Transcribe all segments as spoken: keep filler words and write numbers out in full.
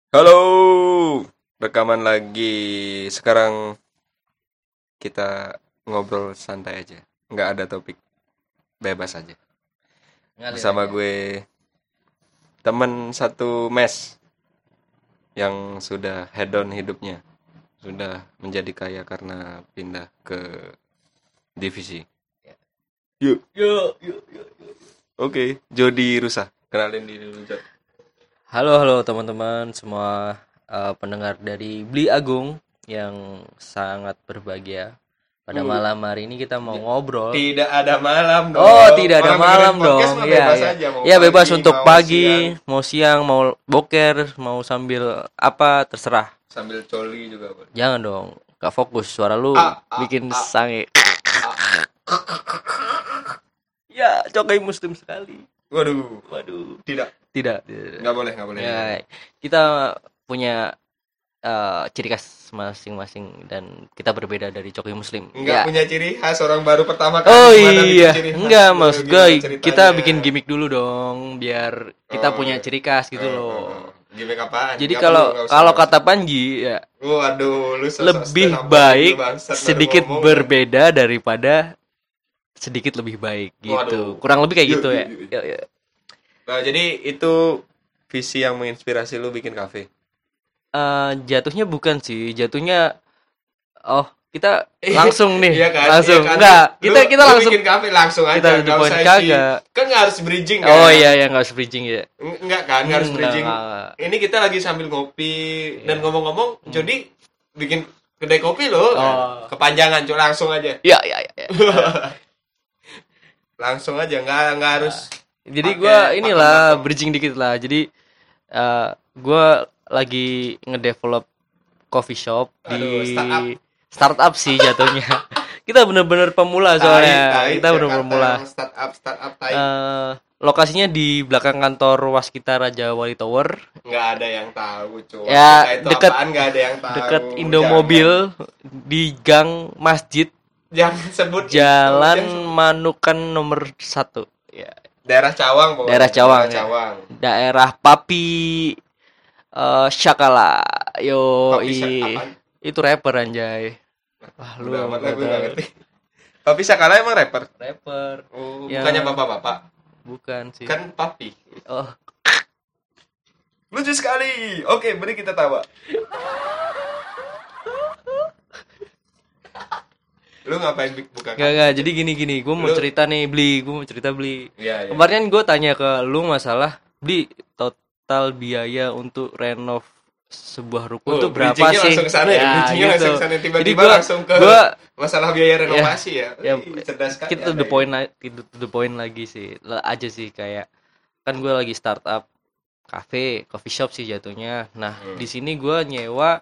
Halo, rekaman lagi. Sekarang kita ngobrol santai aja. Nggak ada topik, bebas aja. Ngalir Bersama aja. gue, temen satu mes yang sudah head on hidupnya. Sudah menjadi kaya karena pindah ke divisi. Ya. Yuk, Yuk, yuk, yuk. oke. Jody Rusa. Kenalin diri dulu, Jod. Halo, halo teman-teman semua eh, pendengar dari Bli Agung yang sangat berbahagia. Pada Uh, malam hari ini kita mau ngobrol. Tidak ada malam dong. Oh, tidak ada Orang dengerin malam podcast dong. mah Iya, bebas iya. aja. Mau Ya bebas pagi, untuk mau siang. pagi, mau siang, mau boker, mau sambil apa terserah. Sambil coli juga boleh. Jangan dong, gak fokus. Suara lu Ah, ah, bikin ah, sange. ah. Ya, cokai muslim sekali. Waduh, Waduh. tidak, Tidak, tidak. nggak boleh, nggak boleh. nggak boleh. Ya, kita punya eh, ciri khas masing-masing dan kita berbeda dari Coki Muslim. Nggak Ya. punya ciri khas orang baru pertama kali. Oh Gimana bikin iya, ciri khas? enggak Lu maksud gue gimana kita ceritanya? bikin gimmick dulu dong biar kita Oh, punya ciri khas gitu oh, oh, loh. oh. Gimmick apaan? Jadi Nggak kalau perlu, nggak usah, kalau nggak usah. kata Panji ya Waduh, lu sosok lebih stand up baik comedy bangsat, baru sedikit ngomong, berbeda daripada sedikit lebih baik gitu. Waduh. Kurang lebih kayak Yuk, gitu yuk, ya. yuk. Ya, ya. Nah, jadi itu visi yang menginspirasi lu bikin kafe. Eh, jatuhnya bukan sih, jatuhnya oh kita langsung nih, Iya kan? langsung Iya kan? enggak Lu- kita kita lu langsung bikin kafe langsung aja, kita to the nggak point usah isi. kagak. Kan nggak harus bridging kan? Oh iya ya nggak harus bridging ya. Eng- Enggak kan, nggak harus Hmm, bridging. nggak, nggak. Ini kita lagi sambil ngopi dan Iya. ngomong-ngomong, Hmm. jadi bikin kedai kopi loh. Oh. Kepanjangan, cuy, langsung aja. Iya iya iya. Ya. Langsung aja, nggak nggak harus. Jadi pakai gue inilah pakem-pakem. bridging dikit lah. Jadi eh gue lagi ngedevelop coffee shop di Aduh, startup. startup sih jatuhnya. Kita bener-bener pemula soalnya. Tai, tai, Kita bener-bener Jakarta pemula. emang startup, startup tai. Eh, lokasinya di belakang kantor Waskita Raja Wali Tower. Nggak ada yang tahu, cuy. Ya, Itu deket- apaan, nggak ada yang tahu. Dekat Indomobil di gang masjid Jangan, jangan sebut itu. Jalan Jangan- Manukan nomor satu. Ya, daerah Cawang pokoknya. daerah Cawang. Daerah ya. Cawang. Daerah Papi eh Syakala. Yo, Papi Syak- apaan? itu rapper anjay. Wah, lu Udah amat lah, nggak gue nggak tahu. ngerti. Papi Sakala emang rapper? Rapper. Oh, Ya. bukannya bapak-bapak. Bukan sih. Kan papi. Oh, Lucu sekali. Oke, mari kita tawa. Lu ngapain bik- buka enggak enggak. Jadi gini-gini, gue mau Lu- cerita nih, beli, gue mau cerita beli. Iya, iya. Kemarin gue tanya ke lu masalah beli total biaya untuk renov sebuah ruko Oh, itu berapa bridgingnya sih? langsung ke sana ya, bridgingnya langsung ke sana. Jadi Tiba-tiba gua, langsung ke gua masalah biaya renovasi ya. ya, Wih, cerdas sekali. kita to Anda the ya. point la- to the point lagi sih Lah, aja sih kayak kan gue lagi startup cafe coffee shop sih jatuhnya. Nah Hmm. di sini gue nyewa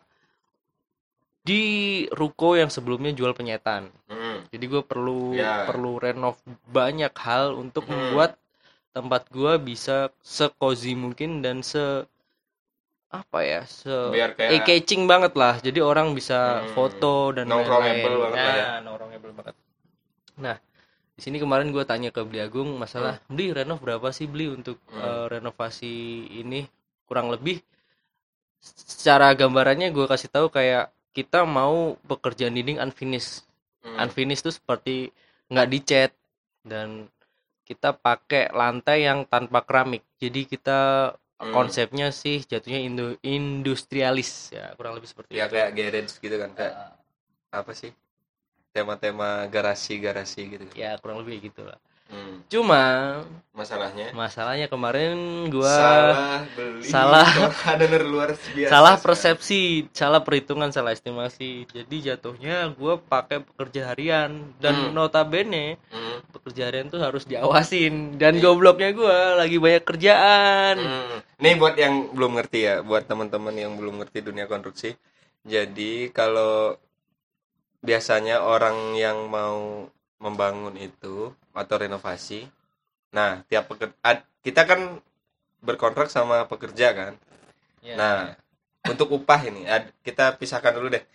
di ruko yang sebelumnya jual penyetan. Hmm. Jadi gue perlu Ya. perlu renov banyak hal untuk Hmm. membuat tempat gue bisa se-cozy mungkin dan se apa ya se Biar kayak- eye-catching banget lah. Jadi orang bisa Hmm. foto dan Nongkrongable lain-lain. banget lah ya. Nah, nongkrongable banget. Nah, di sini kemarin gue tanya ke Beli Agung masalah beli renov berapa sih beli untuk Hmm. eh, renovasi ini kurang lebih secara gambarannya gue kasih tahu kayak kita mau pekerjaan dinding unfinished. Hmm. Unfinished itu seperti nggak dicat dan kita pakai lantai yang tanpa keramik. Jadi kita Hmm. konsepnya sih jatuhnya indo- industrialis ya kurang lebih seperti Ya itu. kayak garage gitu kan, kayak Eh, apa sih? Tema-tema garasi-garasi gitu. ya kurang lebih gitu lah. Hmm. Cuma Masalahnya masalahnya kemarin gua salah beli salah- kontainer luar biasa. salah sekali. persepsi, salah perhitungan, salah estimasi. Jadi jatuhnya gua pakai pekerja harian dan Hmm. notabene Hmm. pekerja harian tuh harus diawasin dan Nih. gobloknya gua lagi banyak kerjaan. Hmm. Nih buat yang belum ngerti ya, buat teman-teman yang belum ngerti dunia konstruksi. Jadi kalau biasanya orang yang mau membangun itu atau renovasi, nah tiap peker- ad- kita kan berkontrak sama pekerja kan. Ya, Nah, untuk upah ini ad- kita pisahkan dulu deh.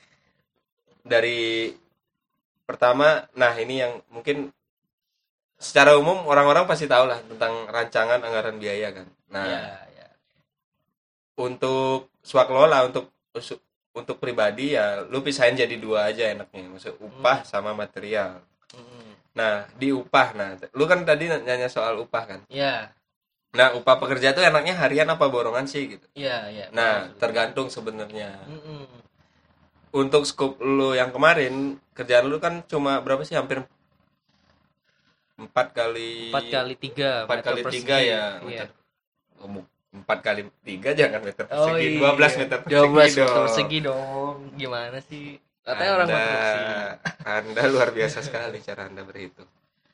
Dari pertama, nah ini yang mungkin secara umum orang-orang pasti tahu lah tentang rancangan anggaran biaya kan. Nah, ya, ya. untuk swaklola untuk untuk pribadi ya lu pisahin jadi dua aja enaknya, maksud upah sama material. Hmm. Nah di upah, nah lu kan tadi nanya soal upah kan. Ya. Nah upah pekerja tuh enaknya harian apa borongan sih gitu. Iya, iya. Nah tergantung sebenarnya. Mm-mm. Untuk scope lu yang kemarin kerjaan lu kan cuma berapa sih, hampir empat kali empat kali tiga empat kali tiga ya iya. Empat kali tiga jangan meter Oh, persegi, iya. dua belas meter persegi dua belas dong. meter persegi dong. Gimana sih? Katanya orang Anda, konstruksi. Anda luar biasa sekali cara Anda berhitung.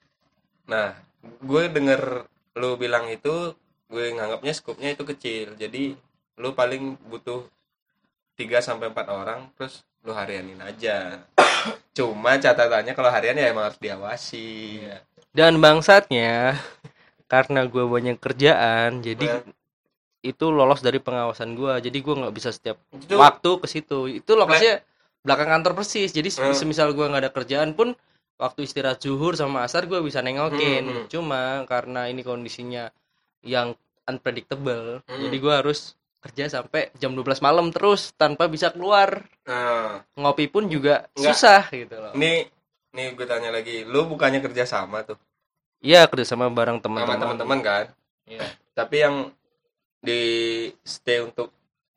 Nah, gue denger lu bilang itu, gue nganggapnya skupnya itu kecil. Jadi lu paling butuh tiga sampai empat orang, terus lu harianin aja. Cuma catatannya kalau harian ya emang harus diawasi. Iya. Dan bangsatnya karena gue banyak kerjaan, jadi Nah, itu lolos dari pengawasan gue. Jadi gue nggak bisa setiap itu waktu ke situ. Itu lokasinya belakang kantor persis. Jadi Hmm. semisal gue nggak ada kerjaan pun, waktu istirahat zuhur sama asar gue bisa nengokin. Hmm, hmm. Cuma karena ini kondisinya yang unpredictable, Hmm. jadi gue harus kerja sampai jam dua belas malam terus tanpa bisa keluar. nah, Ngopi pun juga Nggak. susah gitu loh. ini nih gue tanya lagi, lu bukannya kerja sama tuh Iya, kerja sama bareng sama teman-teman. teman-teman kan? Iya. Tapi yang di stay untuk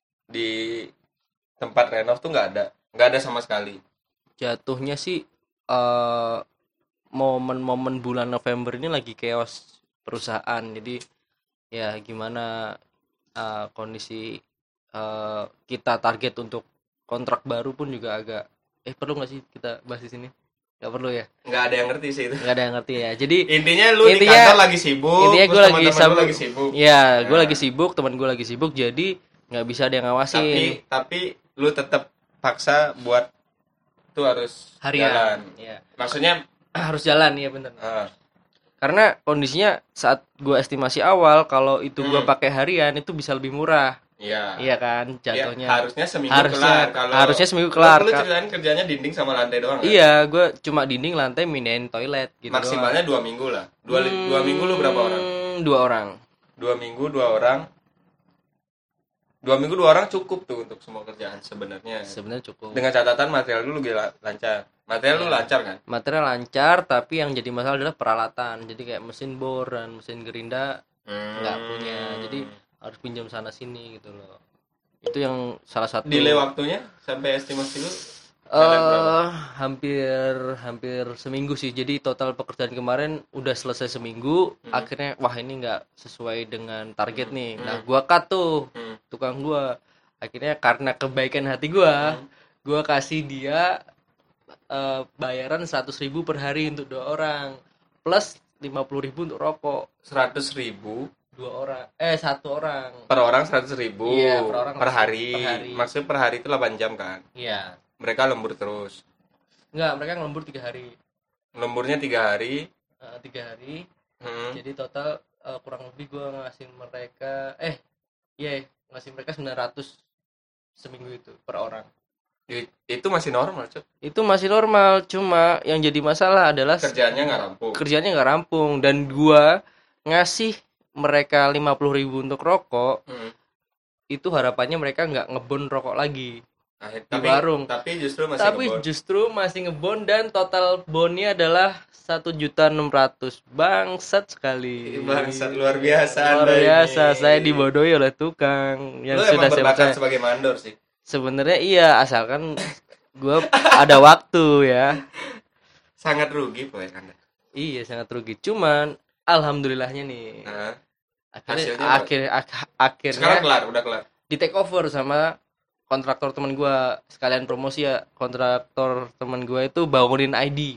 di tempat renov tuh nggak ada, nggak ada sama sekali. Jatuhnya sih eh, momen-momen bulan November ini lagi chaos perusahaan. Jadi ya gimana eh, kondisi eh, kita target untuk kontrak baru pun juga agak eh perlu nggak sih kita bahas di sini? Nggak perlu ya? Nggak ada yang ngerti sih itu. Nggak ada yang ngerti ya. Jadi Intinya lu di Intinya- kantor lagi sibuk, intinya terus gue lagi teman-teman lu sibuk. lagi sibuk. ya gue Nah. lagi sibuk, teman gue lagi sibuk, jadi nggak bisa ada yang ngawasin. Tapi tapi lu tetap paksa buat tuh harus Harian. jalan. Ya. Maksudnya Harus jalan ya bener. ah, Karena kondisinya saat gue estimasi awal kalau itu gue Hmm. pakai harian itu bisa lebih murah. iya. Iya kan Ya, jatuhnya. harusnya seminggu Harusnya- kelar. Kalau harusnya seminggu kelar, Lu Kak. ceritain kerjanya dinding sama lantai doang. Kan? Iya, gue cuma dinding, lantai, mindahin toilet gitu. Maksimalnya dua minggu lah. Dua, doang. dua minggu lu berapa orang? Hmm, Dua orang. Dua minggu dua orang. Dua minggu dua orang cukup tuh untuk semua kerjaan sebenarnya. Sebenarnya cukup. Dengan catatan material dulu gila lancar. Material lu Iya. lancar kan? Material lancar, tapi yang jadi masalah adalah peralatan. Jadi kayak mesin bor dan mesin gerinda nggak punya. Jadi harus pinjam sana sini gitu loh. Itu yang salah satu. delay waktunya sampai estimasi lu Eh hampir hampir seminggu sih. Jadi total pekerjaan kemarin udah selesai seminggu. Hmm. Akhirnya wah ini nggak sesuai dengan target nih. Hmm. Nah gua cut tuh Hmm. tukang gua. Akhirnya karena kebaikan hati gua, Hmm. gua kasih dia eh, bayaran seratus ribu per hari untuk dua orang, plus lima puluh ribu untuk rokok seratus ribu dua orang. Eh satu orang. per orang seratus ribu Iya, per orang per hari. per hari. Maksudnya per hari itu delapan jam kan? Iya. Mereka lembur terus. Enggak, mereka ngelembur tiga hari. Lemburnya tiga hari. Eh, tiga hari. Hmm. Jadi total eh, kurang lebih gue ngasih mereka eh iya ngasih mereka sembilan ratus seminggu itu per orang. I- Itu masih normal, Cuk. Itu masih normal, cuma yang jadi masalah adalah Kerjaannya nggak rampung. kerjanya nggak rampung, dan gua ngasih mereka lima puluh ribu untuk rokok, Hmm. itu harapannya mereka nggak ngebon rokok lagi Nah, di tapi, warung. tapi justru masih Tapi ngebon. justru masih ngebon, dan total bonnya adalah satu juta enam ratus. Bangsat sekali. Bangsat, luar biasa Luar Anda biasa, ini. saya dibodohi oleh tukang yang Lu sudah emang saya berbakat percaya. sebagai mandor sih. Sebenarnya iya, asalkan gua ada waktu ya. Sangat rugi proyek Anda. Iya, sangat rugi. Cuman alhamdulillahnya nih. Nah, Akhirnya hasilnya apa? akhir ak- akhirnya sekarang kelar, udah kelar. di take over sama kontraktor teman gua. Sekalian promosi ya, kontraktor teman gua itu bangunin I D.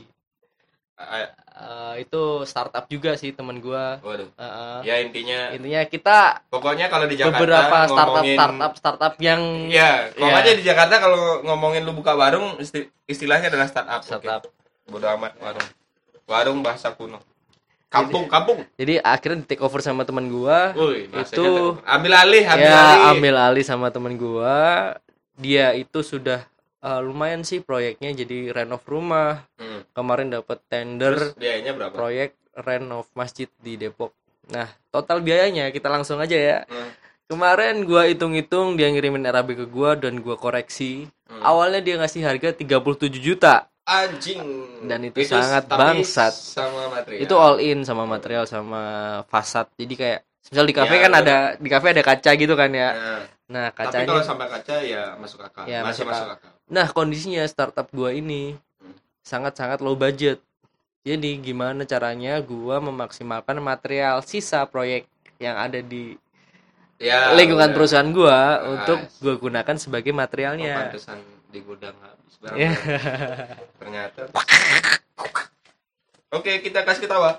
Ah, Eh, itu startup juga sih teman gua. Waduh. Eh, eh. Ya intinya Intinya kita pokoknya kalau di Jakarta beberapa startup ngomongin startup startup yang Iya, kalau Iya. aja di Jakarta kalau ngomongin lu buka warung isti- istilahnya adalah startup. startup. Oke. Bodo amat warung. Warung bahasa kuno. Kampung, kampung. Jadi akhirnya di take over sama teman gua. Woi, bahasanya Itu kan. ambil alih, ambil ya alih. ambil alih sama teman gua. Dia itu sudah eh, lumayan sih proyeknya, jadi renov rumah. Hmm. Kemarin dapat tender Terus biayanya berapa? proyek renov masjid di Depok. Nah, total biayanya kita langsung aja ya. Hmm. Kemarin gua hitung-hitung dia ngirimin R A B ke gua dan gua koreksi. Hmm. Awalnya dia ngasih harga tiga puluh tujuh juta. Anjing. Dan itu sangat tapi bangsat. Sama material. Itu all in sama material sama fasad. Jadi kayak misal di kafe Ya, kan bener. ada di kafe ada kaca gitu kan ya. Nah, Nah, tapi kacanya kalau sampai kaca ya masuk akal. Ya, Masih masuk masuk akal. akal. Nah, kondisinya startup gua ini Hmm. sangat-sangat low budget. Jadi gimana caranya gua memaksimalkan material sisa proyek yang ada di Ya, lingkungan udah. perusahaan gua Pas. untuk gua gunakan sebagai Oh, materialnya. pantesan di gudang habis barang. Ya. Ternyata. Oke, kita kasih ketawa.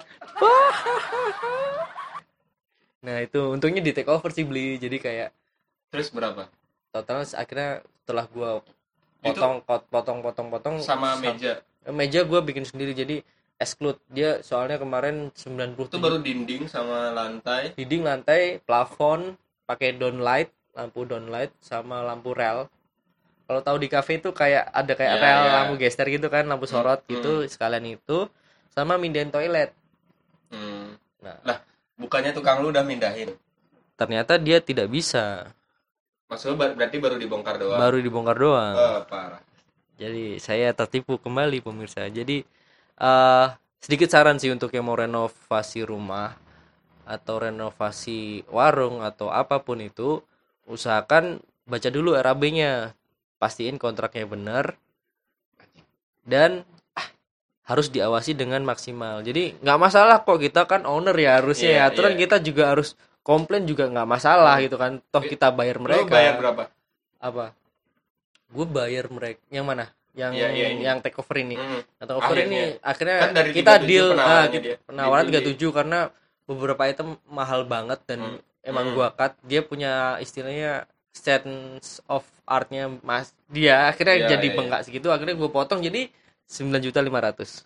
Nah, itu untungnya di take over sih beli. Jadi kayak Terus berapa? total akhirnya setelah gua Itu potong kot- potong potong potong sama sam- meja. meja gua bikin sendiri jadi exclude dia soalnya kemarin sembilan puluh Itu baru dinding sama lantai. dinding lantai plafon pakai downlight lampu downlight sama lampu rel. Kalau tahu di cafe itu kayak ada kayak Ya, rel ya. lampu gestar gitu kan lampu sorot Hmm, gitu sekalian itu sama mindahin toilet. Hmm. Nah, Lah, bukannya tukang lu udah mindahin? ternyata dia tidak bisa, Maksudnya ber- berarti baru dibongkar doang. baru dibongkar doang. Oh, parah. Jadi saya tertipu kembali pemirsa. Jadi eh sedikit saran sih untuk yang mau renovasi rumah atau renovasi warung atau apapun itu, usahakan baca dulu R A B-nya. Pastiin kontraknya benar dan ah, harus diawasi dengan maksimal. Jadi nggak masalah kok kita kan owner ya harusnya Iya, ya. Aturan iya. kita juga harus komplain juga nggak masalah gitu kan. Toh kita bayar Lu mereka. bayar berapa? Apa? Gue bayar mereka yang mana? Yang Iya, iya, ini. yang take over ini. Hmm. Yang take over ini akhirnya Kan dari kita tiga puluh tujuh deal penawarannya ah, dia. kita- penawaran Deal tiga dia. puluh tujuh karena beberapa item mahal banget dan Hmm. emang Hmm. gua cut. Dia punya istilahnya sense of artnya mas dia akhirnya Iya, jadi iya, bengkak segitu akhirnya gue potong jadi sembilan juta lima ratus.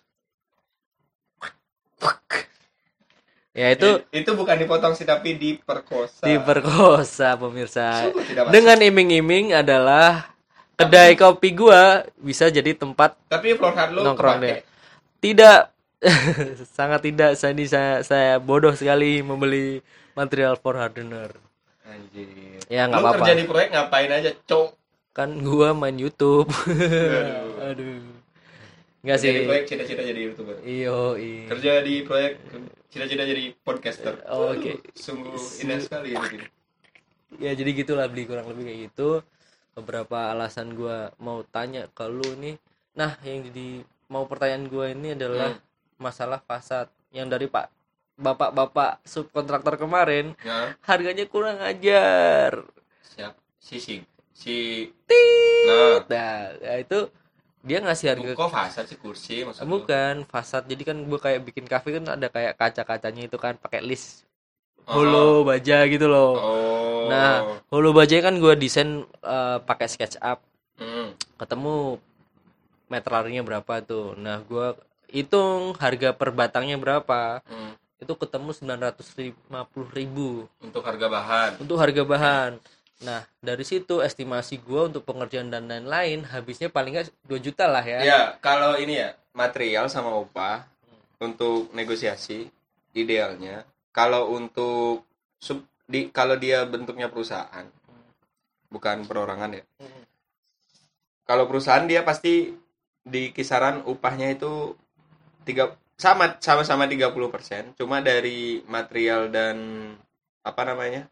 Ya itu I- itu bukan dipotong sih tapi diperkosa. diperkosa pemirsa. Sungguh tidak masuk. Dengan iming-iming adalah kedai kopi gua bisa jadi tempat Tapi floor hard lu nongkrong kepake. deh. Tidak sangat tidak saya, saya saya bodoh sekali membeli material for hardener. Anjir. Ya nggak Lu apa-apa. kerja di proyek ngapain aja, cok? Kan gua main YouTube. Aduh. Aduh. Enggak Kerja di sih. proyek cita-cita jadi YouTuber. Iyo, i. Kerja di proyek cita-cita jadi podcaster. Oh, oke. Sungguh indah sekali ini. Ya jadi gitulah beli kurang lebih kayak gitu. Beberapa alasan gua mau tanya ke lu nih. Nah, yang jadi mau pertanyaan gua ini adalah Hmm. masalah fasad yang dari Pak Bapak-bapak subkontraktor kemarin Ya, harganya kurang ajar. siap. Si si si Nah, Nah, nah, itu dia ngasih harga kok fasad sih kursi maksud lu? bukan fasad. Jadi kan gua kayak bikin kafe kan ada kayak kaca-kacanya itu kan pakai list Oh. holo baja gitu loh. Oh. Nah, holo baja kan gua desain eh, pakai SketchUp. Hmm. Ketemu meter larinya berapa tuh. Nah, gua hitung harga per batangnya berapa. Hmm. Itu ketemu sembilan ratus lima puluh ribu Untuk harga bahan. untuk harga bahan. Nah, dari situ estimasi gua untuk pengerjaan dan lain-lain habisnya paling nggak dua juta lah ya. Ya, kalau ini ya, material sama upah untuk negosiasi idealnya kalau untuk sub di kalau dia bentuknya perusahaan bukan perorangan ya. Hmm. Kalau perusahaan dia pasti di kisaran upahnya itu tiga sama sama-sama tiga puluh persen, cuma dari material dan apa namanya?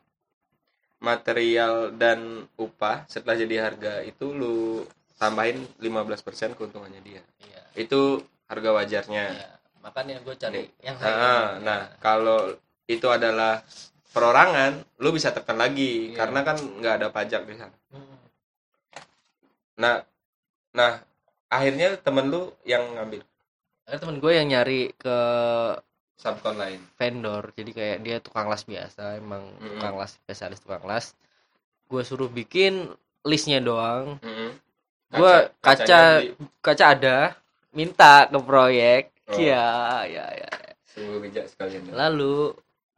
Material dan upah setelah jadi harga itu lu tambahin lima belas persen keuntungannya dia. Iya. Itu harga wajarnya. Iya. Makanya gue cari yang Ah, lain. nah, kalau itu adalah perorangan, lu bisa tekan lagi Iya. karena kan nggak ada pajak di sana. Hmm. Nah, nah akhirnya temen lu yang ngambil Ada temen gue yang nyari ke subkon lain. vendor, jadi kayak dia tukang las biasa, emang Mm-mm. tukang las spesialis tukang las. Gue suruh bikin listnya doang. Mm-mm. Gua kacanya kaca beli. kaca ada, minta ke proyek. Oh. Ya, ya, ya. Sungguh bijak sekalian. Lalu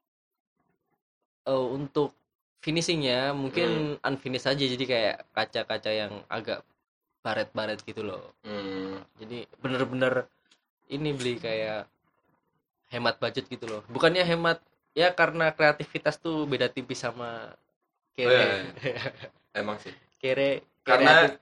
eh, untuk finishingnya mungkin unfinished aja, jadi kayak kaca-kaca yang agak baret-baret gitu loh. Hmm. Jadi bener-bener ini beli kayak hemat budget gitu loh. Bukannya hemat ya, karena kreativitas tuh beda tipis sama kere. Oh, iya, iya. Emang sih. Kere, kere Karena aduk.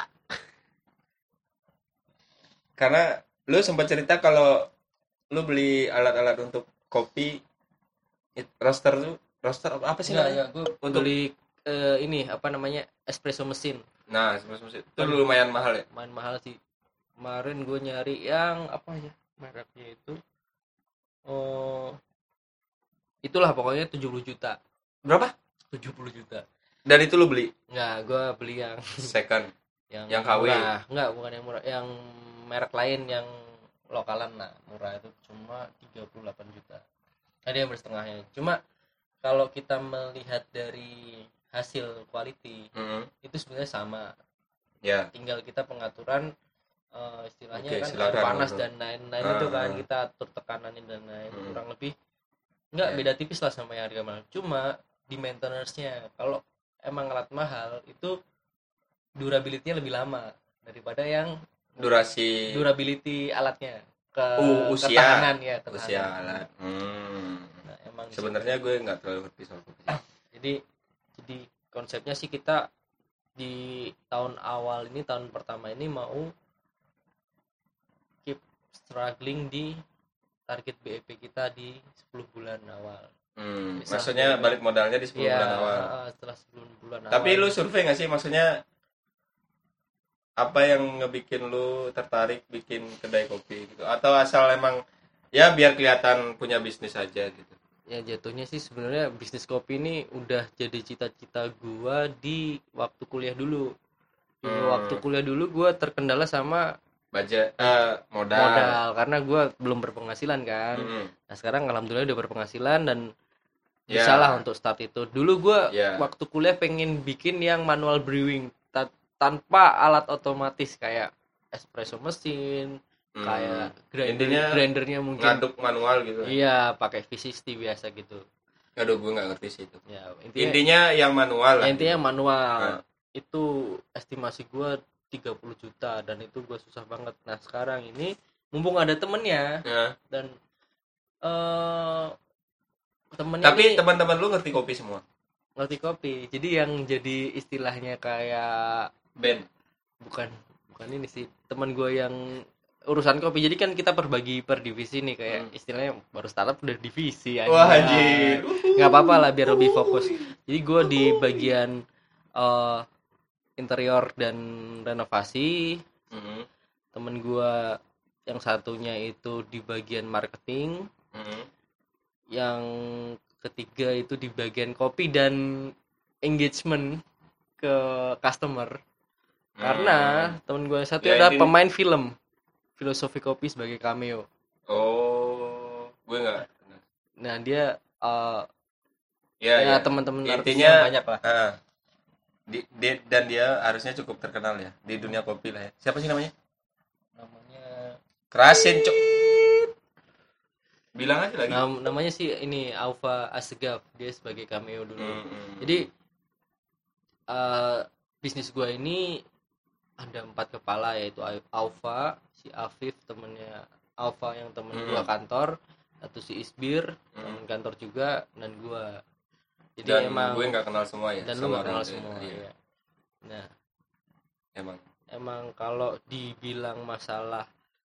karena lu sempat cerita kalau lu beli alat-alat untuk kopi it- roaster tuh roaster apa apa sih Enggak, namanya? enggak, gue Untuk beli eh, ini apa namanya espresso mesin. nah, sebenarnya itu lumayan mahal ya. Main mahal sih. Kemarin gue nyari yang apa ya mereknya itu. Oh, itulah pokoknya tujuh puluh juta. Berapa? tujuh puluh juta. Dan itu lu beli Enggak, gue beli yang second. yang, Yang K W. murah. Enggak, bukan yang murah, yang merek lain yang lokalan. Nah, murah itu cuma tiga puluh delapan juta. Ada yang bersetengahnya. Cuma kalau kita melihat dari hasil quality Mm-hmm. itu sebenarnya sama. Ya. Tinggal kita pengaturan eh, istilahnya Oke, kan air silakan, panas Bro. dan lain-lain Ah, itu kan ah. kita atur tekanannya dan lain Hmm. kurang lebih nggak Ya. beda tipis lah sama yang harga mahal. Cuma di maintenance-nya kalau emang alat mahal itu durability-nya lebih lama daripada yang Durasi durability alatnya ke Uh, usia. ketahanan ya ketahanan. usia alat. Hmm. Nah, emang di Sebenarnya gue nggak terlalu ngerti soal kopi. situ. jadi jadi konsepnya sih kita di tahun awal ini tahun pertama ini mau keep struggling di target B E P kita di sepuluh bulan awal. Hmm. Bisa. Maksudnya balik modalnya di sepuluh Iya, bulan awal. uh, setelah sepuluh bulan Tapi awal. lu survei nggak sih, maksudnya apa yang ngebikin lu tertarik bikin kedai kopi gitu? Atau asal emang ya biar kelihatan punya bisnis aja gitu? Ya jatuhnya sih sebenarnya bisnis kopi ini udah jadi cita-cita gua di waktu kuliah dulu. Di Hmm. waktu kuliah dulu gua terkendala sama Budget, eh, modal. modal karena gua belum berpenghasilan kan. Mm-mm. Nah, sekarang alhamdulillah udah berpenghasilan dan Ya. bisa lah untuk start itu. Dulu gua Ya. waktu kuliah pengen bikin yang manual brewing ta- tanpa alat otomatis kayak espresso mesin, Hmm. kayak grinder, Intinya grindernya mungkin ngaduk manual gitu. iya pakai V sixty biasa gitu. Aduh, gue nggak ngerti sih itu. Ya, intinya Intinya yang manual lah. ya, intinya gitu. manual. Nah. Itu estimasi gua tiga puluh juta dan itu gua susah banget. Nah, sekarang ini mumpung ada temennya Ya. dan eh temennya Tapi ini teman-teman lu ngerti kopi semua. ngerti kopi. Jadi yang jadi istilahnya kayak Ben. bukan bukan ini sih teman gue yang urusan kopi. Jadi kan kita perbagi per divisi nih kayak Hmm. istilahnya baru startup udah divisi aja. Wah, anjir. Nggak apa-apa lah biar lebih fokus. Jadi gue di bagian eh, interior dan renovasi. Mhm. Temen gue yang satunya itu di bagian marketing. Mhm. Yang ketiga itu di bagian kopi dan engagement ke customer. Karena temen gue satu Ya, adalah ini- pemain film Filosofi Kopi sebagai cameo. Oh, gue nggak. Nah dia uh, Ya, ya, ya. teman-teman artisnya Intinya banyak lah. ah, di, di- dan dia harusnya cukup terkenal ya di dunia kopi lah ya. Siapa sih namanya? Namanya Kerasin, Cok. Bilang aja lagi. nam- namanya sih ini Aufa Asgaf, dia sebagai cameo dulu. Hmm, hmm. Jadi uh, bisnis gue ini ada empat kepala yaitu Aufa, si Afif temennya Aufa yang temen Hmm. gue kantor, satu si Isbir Hmm. temen kantor juga dan gue. Jadi dan emang gue nggak kenal semua ya. dan lu sama nggak kenal orang- semua. iya. Ya. Nah Emang. emang kalau dibilang masalah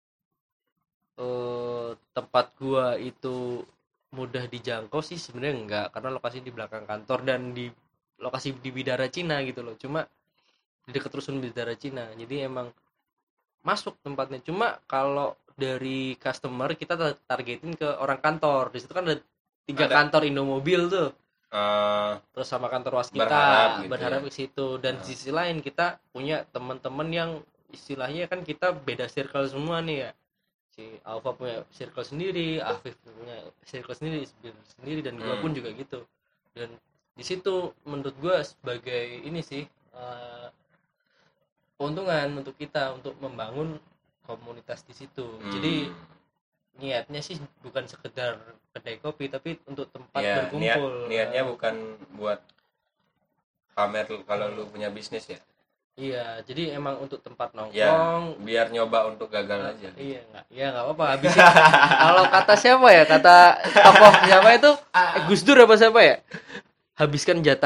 eh, tempat gua itu mudah dijangkau sih sebenarnya enggak karena lokasi di belakang kantor dan di lokasi di Bidara Cina gitu loh. Cuma di dekat rusun Bidara Cina. Jadi emang masuk tempatnya. Cuma kalau dari customer kita tar- targetin ke orang kantor. Di situ kan ada tiga Ada. kantor Indomobil tuh. Eh, Terus sama kantor waskita Berharap gitu berharap ya. ke situ dan Nah. di sisi lain kita punya teman-teman yang istilahnya kan kita beda circle semua nih ya. Si Alfa punya circle sendiri, Afif punya circle sendiri sendiri dan gua Hmm. pun juga gitu. Dan di situ menurut gua sebagai ini sih eh, keuntungan untuk kita untuk membangun komunitas di situ. hmm. Jadi niatnya sih bukan sekedar kedai kopi tapi untuk tempat ya, niat, berkumpul. niatnya bukan buat pamer kalau lu punya bisnis ya. Iya, jadi emang untuk tempat Ya, nongkrong. biar nyoba untuk gagal aja. Iya nggak, iya nggak apa-apa. Habisin. Kalau kata siapa ya, kata tokoh siapa itu, eh, Gus Dur apa siapa ya? Habiskan jatah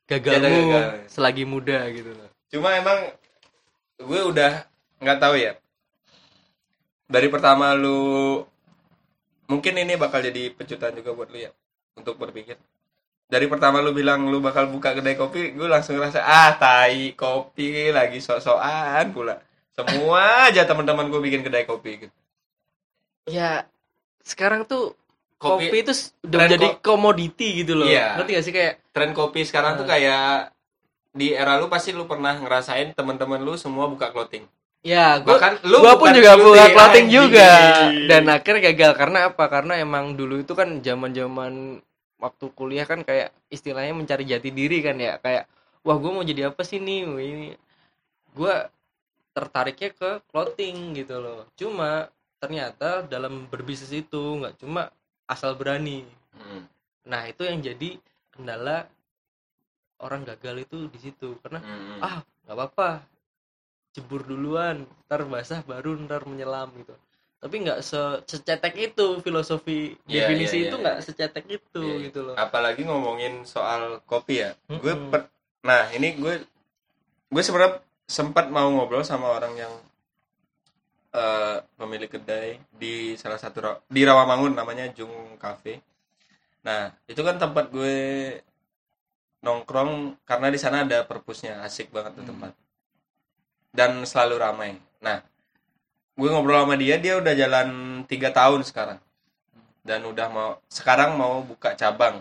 gagalmu gagal. selagi muda gitu loh. Cuma emang gue udah nggak tahu ya. Dari pertama lu, mungkin ini bakal jadi pecutan juga buat lu ya untuk berpikir. Dari pertama lu bilang lu bakal buka kedai kopi, gue langsung ngerasa ah tai kopi lagi sok-sokan pula. Semua aja teman-teman gue bikin kedai kopi gitu. Ya sekarang tuh Kopi- kopi, itu s- udah tren menjadi ko- komoditi gitu loh. Iya. Ngerti gak sih kayak Tren kopi sekarang tuh kayak di era lu pasti lu pernah ngerasain teman-teman lu semua buka clothing. ya gua, Bahkan lu gua pun bukan juga buka clothing, clothing anjing. juga dan akhirnya gagal karena apa? Karena emang dulu itu kan zaman-zaman waktu kuliah kan kayak istilahnya mencari jati diri kan ya, kayak wah gue mau jadi apa sih nih Wah, ini gue tertariknya ke clothing gitu loh. Cuma ternyata dalam berbisnis itu nggak cuma asal berani. Hmm. Nah itu yang jadi kendala orang gagal itu di situ karena Hmm. ah nggak apa-apa jebur duluan ntar basah baru ntar menyelam gitu, tapi nggak se- secetek itu filosofi Iya, definisi iya, iya, itu iya. nggak secetek itu Iya, gitu loh. Apalagi ngomongin soal kopi ya. Mm-mm. Gue per- nah, ini gue gue sebenarnya sempat mau ngobrol sama orang yang eh, pemilik kedai di salah satu ra- di Rawamangun namanya Jung Cafe. Nah, itu kan tempat gue nongkrong karena di sana ada perpusnya, asik banget tuh tempat. Dan selalu ramai. Nah, gue ngobrol sama dia, dia udah jalan tiga tahun sekarang. Dan udah mau sekarang mau buka cabang.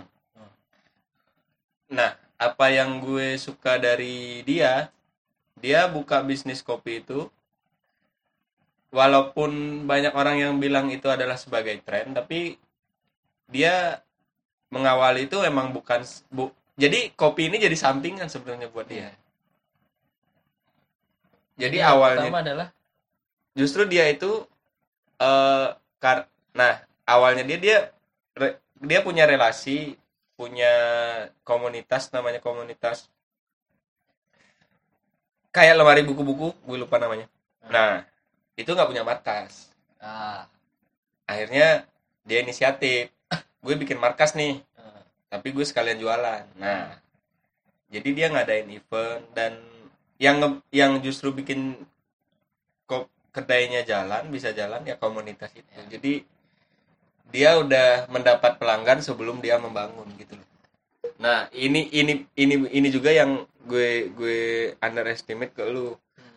Nah, apa yang gue suka dari dia, dia buka bisnis kopi itu walaupun banyak orang yang bilang itu adalah sebagai tren, tapi dia mengawali itu emang bukan bu, jadi kopi ini jadi sampingan sebenarnya buat dia. Jadi yang awalnya pertama adalah justru dia itu eh kar nah awalnya dia dia re- dia punya relasi, punya komunitas, namanya komunitas kayak lemari buku-buku, gue lupa namanya. Nah itu nggak punya markas. ah, Akhirnya dia inisiatif, gue bikin markas nih, tapi gue sekalian jualan. Nah jadi dia ngadain event, dan yang nge- yang justru bikin kok kedainya jalan, bisa jalan ya komunitas itu. Jadi dia udah mendapat pelanggan sebelum dia membangun gitu loh. Nah ini ini ini ini juga yang gue gue underestimate ke lu.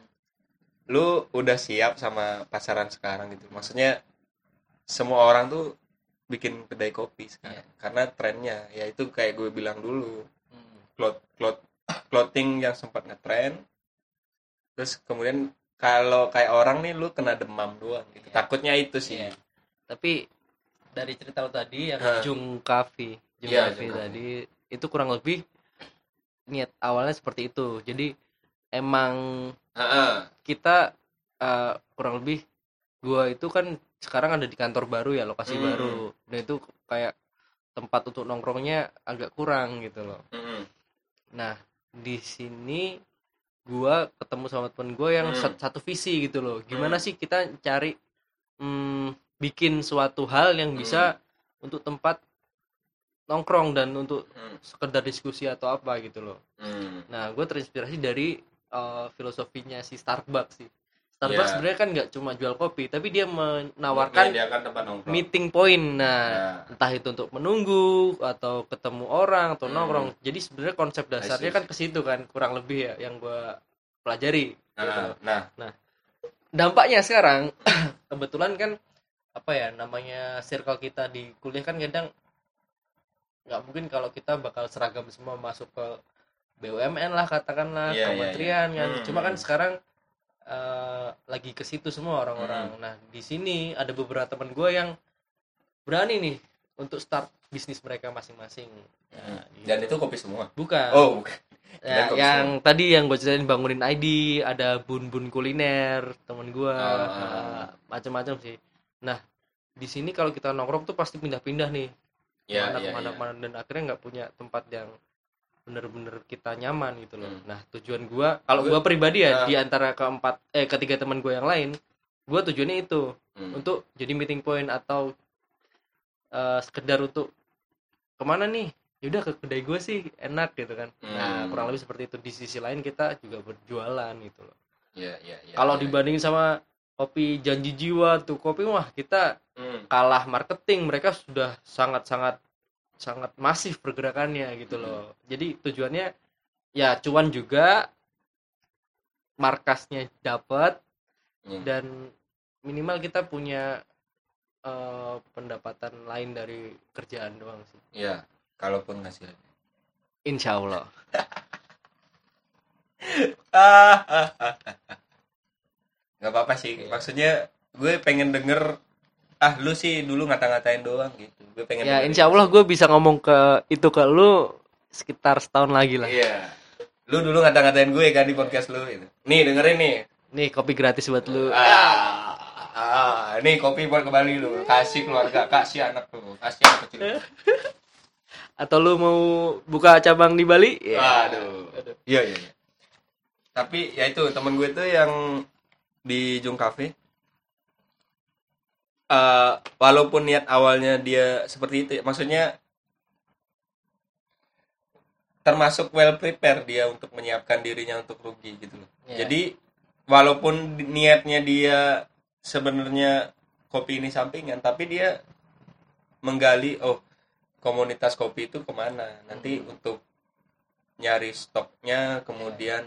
Lu udah siap sama pasaran sekarang gitu. Maksudnya semua orang tuh bikin kedai kopi sekarang karena trennya ya itu kayak gue bilang dulu, cloth cloth clothing yang sempat ngetren, terus kemudian kalau kayak orang nih lu kena demam doang gitu. Takutnya itu sih. Iya. Tapi dari cerita lo tadi yang Hah. Jung Cafe, Jung Iya, Cafe Jung Cafe. tadi itu kurang lebih niat awalnya seperti itu. Jadi emang Heeh. kita eh, kurang lebih gua itu kan sekarang ada di kantor baru ya, lokasi Hmm. baru, dan itu kayak tempat untuk nongkrongnya agak kurang gitu loh. Mm-mm. Nah di sini gua ketemu sama temen gua yang Hmm. sat- satu visi gitu loh. Gimana Hmm. sih kita cari hmm, bikin suatu hal yang bisa untuk tempat nongkrong dan untuk Hmm. sekedar diskusi atau apa gitu loh. Hmm. Nah gue terinspirasi dari eh, filosofinya si Starbucks sih. Starbucks Iya. sebenarnya kan nggak cuma jual kopi, tapi dia menawarkan menyediakan tempat nongkrong. meeting point. Nah, Nah. entah itu untuk menunggu atau ketemu orang atau Hmm. nongkrong. Jadi sebenarnya konsep dasarnya I see. kan ke situ kan, kurang lebih ya yang gue pelajari. gitu. Nah, nah, Dampaknya sekarang kebetulan kan apa ya namanya circle kita di kuliah kan kadang nggak mungkin kalau kita bakal seragam semua masuk ke B U M N lah katakanlah, Iya, iya, kementerian iya. kan. Hmm. Cuma kan sekarang eh, lagi ke situ semua orang-orang. Hmm. Nah di sini ada beberapa teman gue yang berani nih untuk start bisnis mereka masing-masing. Nah, dan gitu. itu kopi semua. bukan. Oh, bukan. Ya, dan kopi yang tadi yang gue ceritain bangunin I D, ada bun-bun kuliner temen gue, Ah. macam-macam sih. Nah di sini kalau kita nongkrong tuh pasti pindah-pindah nih, Ya, kemana ya, kemana ya. kemana, dan akhirnya nggak punya tempat yang bener-bener kita nyaman gitu loh. Hmm. Nah tujuan gue, kalau Gua- gue pribadi ya Ah. di antara keempat eh ketiga teman gue yang lain, gue tujuannya itu Hmm. untuk jadi meeting point atau eh, sekedar untuk kemana nih yaudah ke kedai gue sih enak gitu kan. Hmm. Nah kurang lebih seperti itu. Di sisi lain kita juga berjualan gitu loh. Iya, iya, iya. Kalau ya, dibandingin sama kopi Janji Jiwa tuh kopi wah kita hmm. kalah marketing, mereka sudah sangat-sangat sangat masif pergerakannya gitu loh. Jadi tujuannya ya cuan juga, markasnya dapat, hmm. dan minimal kita punya uh, pendapatan lain dari kerjaan doang sih. Iya, kalaupun hasilnya. Insya Allah. Nggak apa-apa sih, maksudnya gue pengen denger ah lu sih dulu ngata-ngatain doang gitu. Gue pengen ya insya Allah gue bisa ngomong ke itu ke lu sekitar setahun lagi lah. Iya, lu dulu ngata-ngatain gue kan di podcast lu itu. Nih dengerin nih, nih kopi gratis buat lu. ah, ah, nih kopi buat ke Bali lu, kasih keluarga, kasih anak lu, kasih anak kecil. Atau lu mau buka cabang di Bali? Ya. Aduh. Iya, iya, iya. Tapi ya itu temen gue tuh yang di Jung Cafe, uh, walaupun niat awalnya dia seperti itu, maksudnya termasuk well prepare dia untuk menyiapkan dirinya untuk rugi gitu loh. Yeah. Jadi walaupun niatnya dia sebenarnya kopi ini sampingan, tapi dia menggali oh komunitas kopi itu kemana nanti hmm. untuk nyari stoknya, kemudian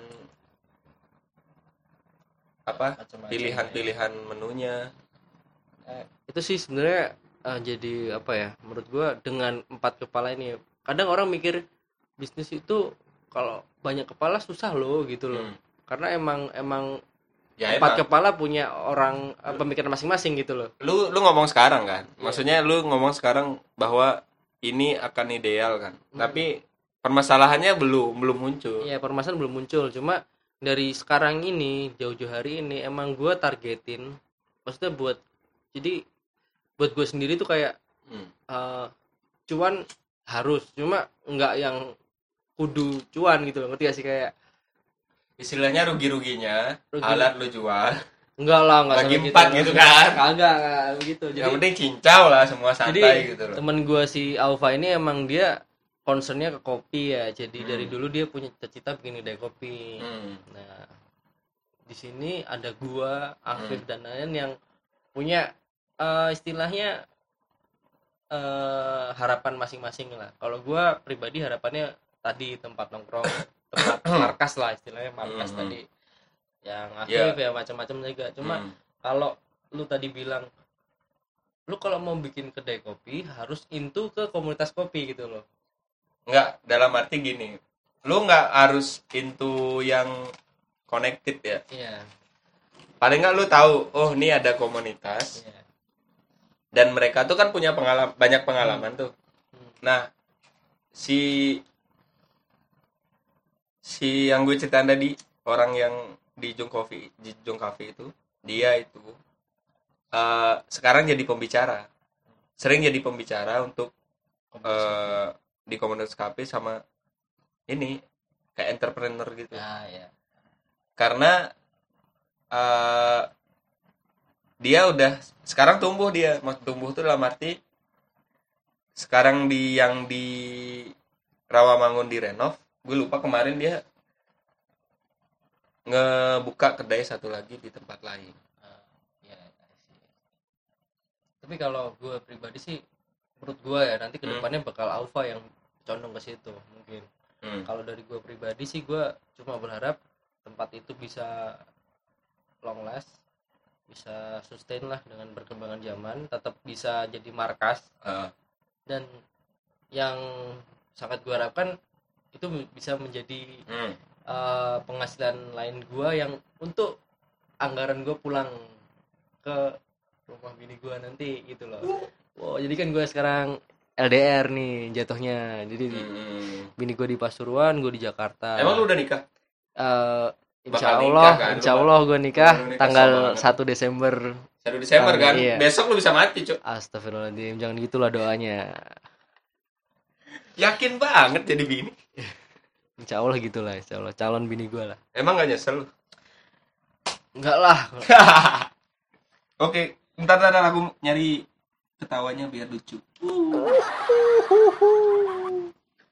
apa pilihan-pilihan ya. Menunya eh, itu sih sebenarnya uh, jadi apa ya menurut gua dengan empat kepala ini kadang orang mikir bisnis itu kalau banyak kepala susah loh gitu loh hmm. karena emang emang ya, empat emang. Kepala punya orang uh, pemikiran masing-masing gitu loh. Lu lu ngomong sekarang kan yeah. Maksudnya lu ngomong sekarang bahwa ini akan ideal kan hmm. Tapi permasalahannya belum belum muncul. Iya permasalahan belum muncul, cuma dari sekarang ini jauh-jauh hari ini emang gue targetin maksudnya buat jadi buat gue sendiri tuh kayak hmm. uh, cuan harus cuma nggak yang kudu cuan gitu loh, ngerti gak sih kayak istilahnya rugi-ruginya rugi. Alat lu jual enggak lah enggak bagi empat gitu, gitu kan kagak enggak begitu jadi yang penting cincau lah semua santai jadi, gitu loh. Temen gue si Alfa ini emang dia concernnya ke kopi ya, jadi hmm. dari dulu dia punya cita-cita bikin kedai kopi. Hmm. Nah, di sini ada gua, Afif hmm. dan lain yang punya uh, istilahnya uh, harapan masing-masing lah. Kalau gua pribadi harapannya tadi tempat nongkrong, tempat markas lah istilahnya markas hmm. tadi. Yang Afif yeah. ya macam-macam juga. Cuma hmm. kalau lu tadi bilang lu kalau mau bikin kedai kopi harus into ke komunitas kopi gitu loh. Enggak, dalam arti gini, lu nggak harus into yang connected ya. Iya. Paling nggak lu tahu, oh ini ada komunitas. Iya. Dan mereka tuh kan punya pengalaman, banyak pengalaman hmm. tuh. Hmm. Nah, si si yang gue ceritain tadi, orang yang di Jung Coffee, di Jung Cafe itu, dia itu uh, sekarang jadi pembicara. Sering jadi pembicara untuk uh, di komunitas kafe sama ini kayak entrepreneur gitu. Ah, ya. Karena uh, dia udah sekarang tumbuh dia, maksud tumbuh tuh dalam arti sekarang di yang di Rawamangun direnov, gue lupa kemarin dia ngebuka kedai satu lagi di tempat lain. Uh, ya, tapi kalau gue pribadi sih menurut gue ya nanti kedepannya hmm. bakal Alfa yang condong ke situ mungkin. Hmm. Kalau dari gue pribadi sih gue cuma berharap tempat itu bisa long last, bisa sustain lah dengan perkembangan zaman, tetap bisa jadi markas. Uh. Dan yang sangat gue harapkan itu bisa menjadi hmm. uh, penghasilan lain gue yang untuk anggaran gue pulang ke rumah bini gue nanti gitu loh. Wow, jadi kan gue sekarang L D R nih jatuhnya. Jadi hmm. bini gue di Pasuruan, gue di Jakarta. Emang lu udah nikah? Uh, insya Allah, nikah, kan? Insya Allah gue nikah, nikah tanggal satu Desember. satu Desember kan? Iya. Besok lu bisa mati, Cuk. Astagfirullahaladzim, jangan gitulah doanya. Yakin banget jadi bini. Insya Allah gitulah, insya Allah calon bini gue lah. Emang gak nyesel? Enggak lah. Oke, bentar bentar aku nyari ketawanya biar lucu.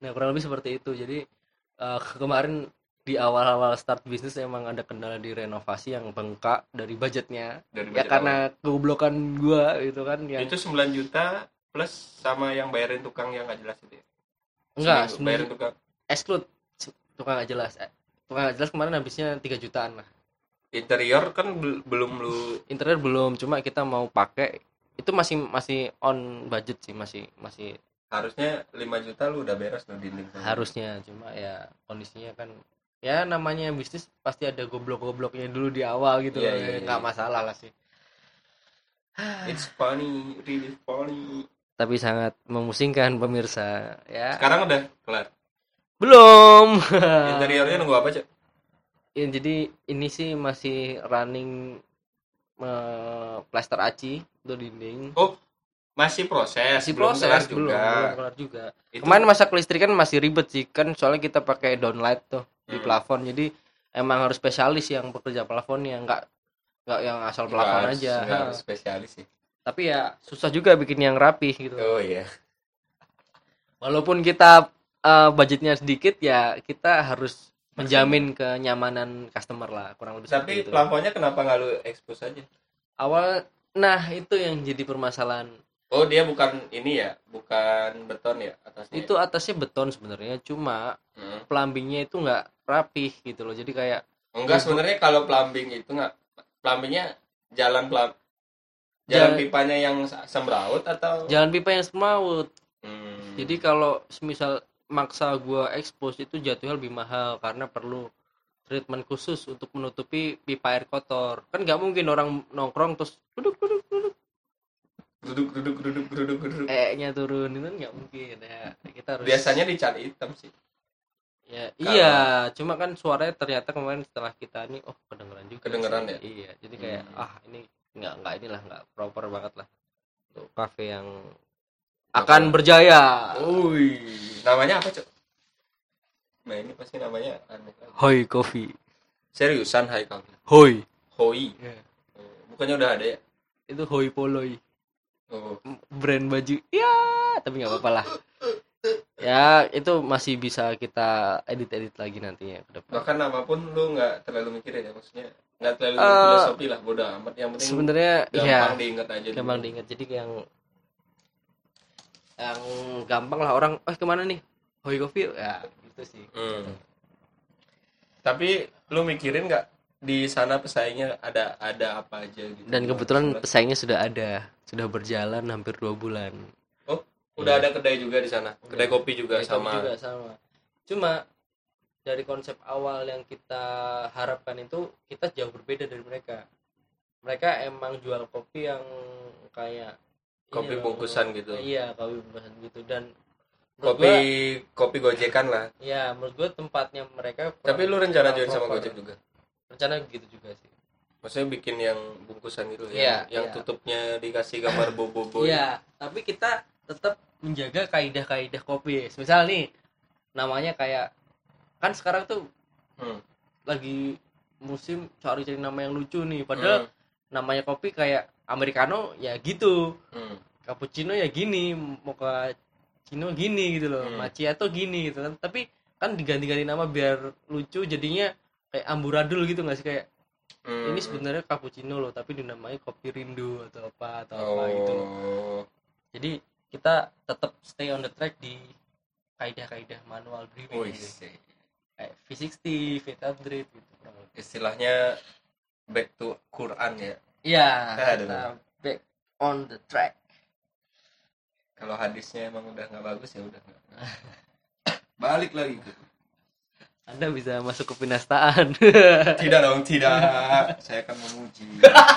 Nah kurang lebih seperti itu. Jadi uh, kemarin di awal-awal start bisnis emang ada kendala di renovasi yang bengkak dari budgetnya. Dari Ya budget karena kegoblokan gua gitu kan yang itu sembilan juta plus sama yang bayarin tukang yang nggak jelas itu ya? enggak Seminggu sembilan bayarin tukang exclude tukang nggak jelas. Eh, tukang nggak jelas kemarin habisnya tiga jutaan lah. interior kan bel- belum lu Interior belum, cuma kita mau pakai itu masih masih on budget sih, masih masih harusnya lima juta lu udah beres lo dinding sama. harusnya, cuma ya kondisinya kan ya namanya bisnis pasti ada goblok-gobloknya dulu di awal gitu Iya, loh. iya, iya. Nggak masalah lah sih. It's funny, really funny. Tapi sangat memusingkan pemirsa ya. Sekarang udah kelar. Belum. Interiornya nunggu apa, Cak? Ya, jadi ini sih masih running eh, plaster aci untuk dinding. Oh, masih proses, Masih belum proses, kelar belum, juga. belum kelar juga. Itu Kemarin masa kelistrikan masih ribet sih, kan soalnya kita pakai downlight tuh di Hmm. plafon. Jadi emang harus spesialis yang bekerja plafonnya, nggak nggak yang asal nggak plafon harus- aja. nggak Ha. harus spesialis sih. Tapi ya susah juga bikin yang rapi gitu. Oh iya. Walaupun kita eh, budgetnya sedikit ya kita harus menjamin kenyamanan customer lah, kurang lebih seperti Tapi itu. plafonnya kenapa nggak lu expose aja? Awal nah itu yang jadi permasalahan. Oh, dia bukan ini ya, bukan beton ya atasnya. Itu atasnya beton sebenarnya, cuma Hmm. plumbingnya itu nggak rapih gitu loh. Jadi kayak Enggak, sebenarnya kalau plumbing itu nggak, plumbingnya jalan plum, jalan Jalan- pipanya yang semrawut atau jalan pipa yang semrawut. Hmm. Jadi kalau misal maksa gua expose itu jatuhnya lebih mahal karena perlu treatment khusus untuk menutupi pipa air kotor. Kan nggak mungkin orang nongkrong terus duduk duduk duduk duduk duduk duduk duduk duduk. eh-nya turun, itu kan nggak mungkin ya. Kita harus Biasanya dicat hitam sih. ya Kalau- iya, cuma kan suaranya ternyata kemarin setelah kita nih oh kedengeran juga. Kedengeran sih. ya? Iya, jadi kayak Hmm. ah ini nggak nggak inilah nggak proper banget lah untuk kafe yang akan berjaya. Ui, namanya apa, Cok? Nah, ini pasti namanya aneh. Hoi Coffee. Seriusan, Hai Kang. Hoi. Hoi. Ya, Oh, bukannya udah ada ya? itu Hoi Poloi. Oh. Brand baju. Ya, tapi nggak apa-apa lah. Ya, itu masih bisa kita edit-edit lagi nantinya ke depan. Bahkan apapun lu nggak terlalu mikirin ya, maksudnya nggak terlalu Eh, filosofi lah, bodo amat. Yang penting Sebenarnya gampang ya diingat aja. gampang dulu. diingat. Jadi yang yang gampang lah orang, eh kemana nih? Hoi Coffee ya gitu sih. Hmm. Tapi lu mikirin nggak di sana pesaingnya ada ada apa aja gitu? Dan kebetulan Sebelah- pesaingnya sudah ada, sudah berjalan hampir dua bulan. Oh, udah Iya. ada kedai juga di sana. Kedai kopi juga Kedai sama. kopi juga sama. Cuma dari konsep awal yang kita harapkan itu kita jauh berbeda dari mereka. Mereka emang jual kopi yang kayak Kopi ini loh, bungkusan gitu. Iya, kopi bungkusan gitu dan menurut Kopi gua, kopi gojekan lah. ya menurut gua tempatnya mereka Tapi kurang- lu rencana kurang join sama proper. Gojek juga? Rencana gitu juga sih. Maksudnya bikin yang bungkusan gitu Iya, ya, yang iya. tutupnya dikasih gambar bobo. Iya, tapi kita tetap menjaga kaidah-kaidah kopi. Misal nih namanya kayak kan sekarang tuh Hmm. lagi musim cari-cari nama yang lucu nih. Padahal Hmm. namanya kopi kayak americano ya gitu, Hmm. cappuccino ya gini, mochaccino gini gitu loh, Hmm. macchiato gini gitu kan. Tapi kan diganti-ganti nama biar lucu, jadinya kayak amburadul gitu nggak sih, kayak Hmm. ini sebenarnya cappuccino loh tapi dinamai kopi rindu atau apa atau oh. apa gitu loh. Jadi kita tetap stay on the track di kaidah-kaidah manual brewing Wih, gitu. Kayak V enam puluh, V delapan ratus gitu. istilahnya back to Quran ya. Iya, Aduh. kita back on the track. Kalau hadisnya emang udah nggak bagus ya udah nggak. Balik lagi gitu. Anda bisa masuk ke penastaan. Tidak dong, tidak. Saya akan memuji.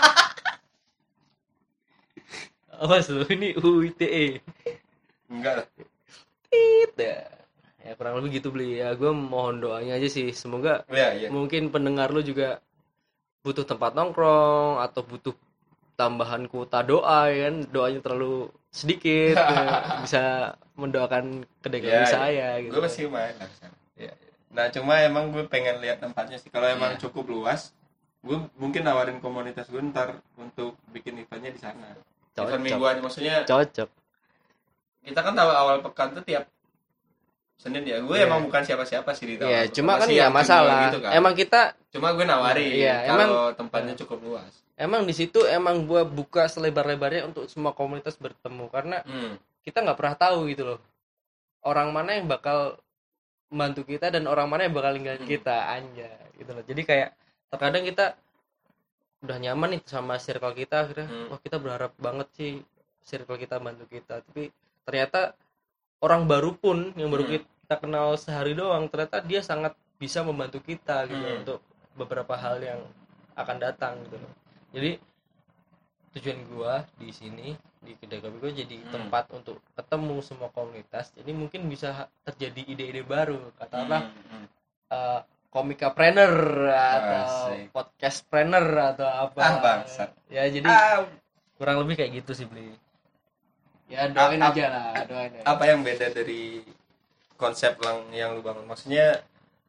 Awas lu, ini U I T E. Enggak lah. Tidak. Ya kurang lebih gitu beli. Ya gue mohon doanya aja sih. Semoga Ya, ya. mungkin pendengar lu juga butuh tempat nongkrong atau butuh tambahan kuota doa ya kan, doanya terlalu sedikit ya, bisa mendoakan kedai kopi Ya, ya. saya gitu. Gue pasti main lah kesana. Ya, Nah, cuma emang gue pengen lihat tempatnya sih. Kalau emang Iya. cukup luas, gue mungkin nawarin komunitas gue ntar untuk bikin eventnya di sana. Event cocok. mingguan, maksudnya Cocok. kita kan tahu awal pekan tuh tiap Senin ya, gue Iya. emang bukan siapa-siapa sih di taman. Iya, cuma Apa kan sih ya yang penjual masalah. gitu kan. Emang kita Cuma gue nawarin Iya, kalau emang- tempatnya cukup luas. emang di situ emang gua buka selebar-lebarnya untuk semua komunitas bertemu karena Hmm. kita nggak pernah tahu gitu loh. Orang mana yang bakal membantu kita dan orang mana yang bakal ninggalin Hmm. kita anjay gitu loh. Jadi kayak terkadang kita udah nyaman nih sama circle kita akhirnya Hmm. wah kita berharap banget sih circle kita bantu kita, tapi ternyata orang baru pun yang baru Hmm. kita kenal sehari doang ternyata dia sangat bisa membantu kita gitu Hmm. untuk beberapa hal yang akan datang gitu loh. Jadi tujuan gua di sini di kedai kopi gua jadi Hmm. tempat untuk ketemu semua komunitas, jadi mungkin bisa ha- terjadi ide-ide baru katakanlah Hmm, hmm. eh, komikapreneur atau Asik. podcastpreneur atau apa Ah, bangsat. ya jadi Ah, kurang lebih kayak gitu sih beli ya doain Ap- aja lah doain aja. apa yang beda dari konsep yang yang lu bangun? Maksudnya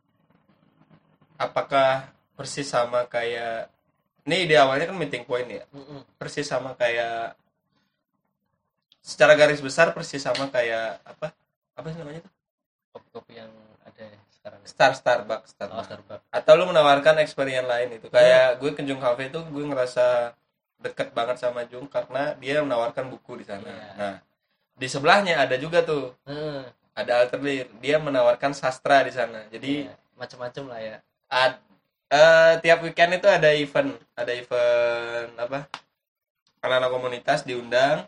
apakah persis sama kayak ini ide awalnya kan meeting point ya? Mm-mm. Persis sama kayak secara garis besar persis sama kayak apa? Apa sih namanya tuh? kopi-kopi yang ada sekarang Star Starbucks, oh, Starbucks. Starbucks Atau lu menawarkan experience lain itu kayak gue ke Jung Cafe itu gue ngerasa deket banget sama Jung karena dia menawarkan buku di sana. Iya. Nah di sebelahnya ada juga tuh Heeh, ada Alternatif dia menawarkan sastra di sana. Jadi iya, macam-macam lah ya ad- eh, tiap weekend itu ada event ada event apa anak-anak komunitas diundang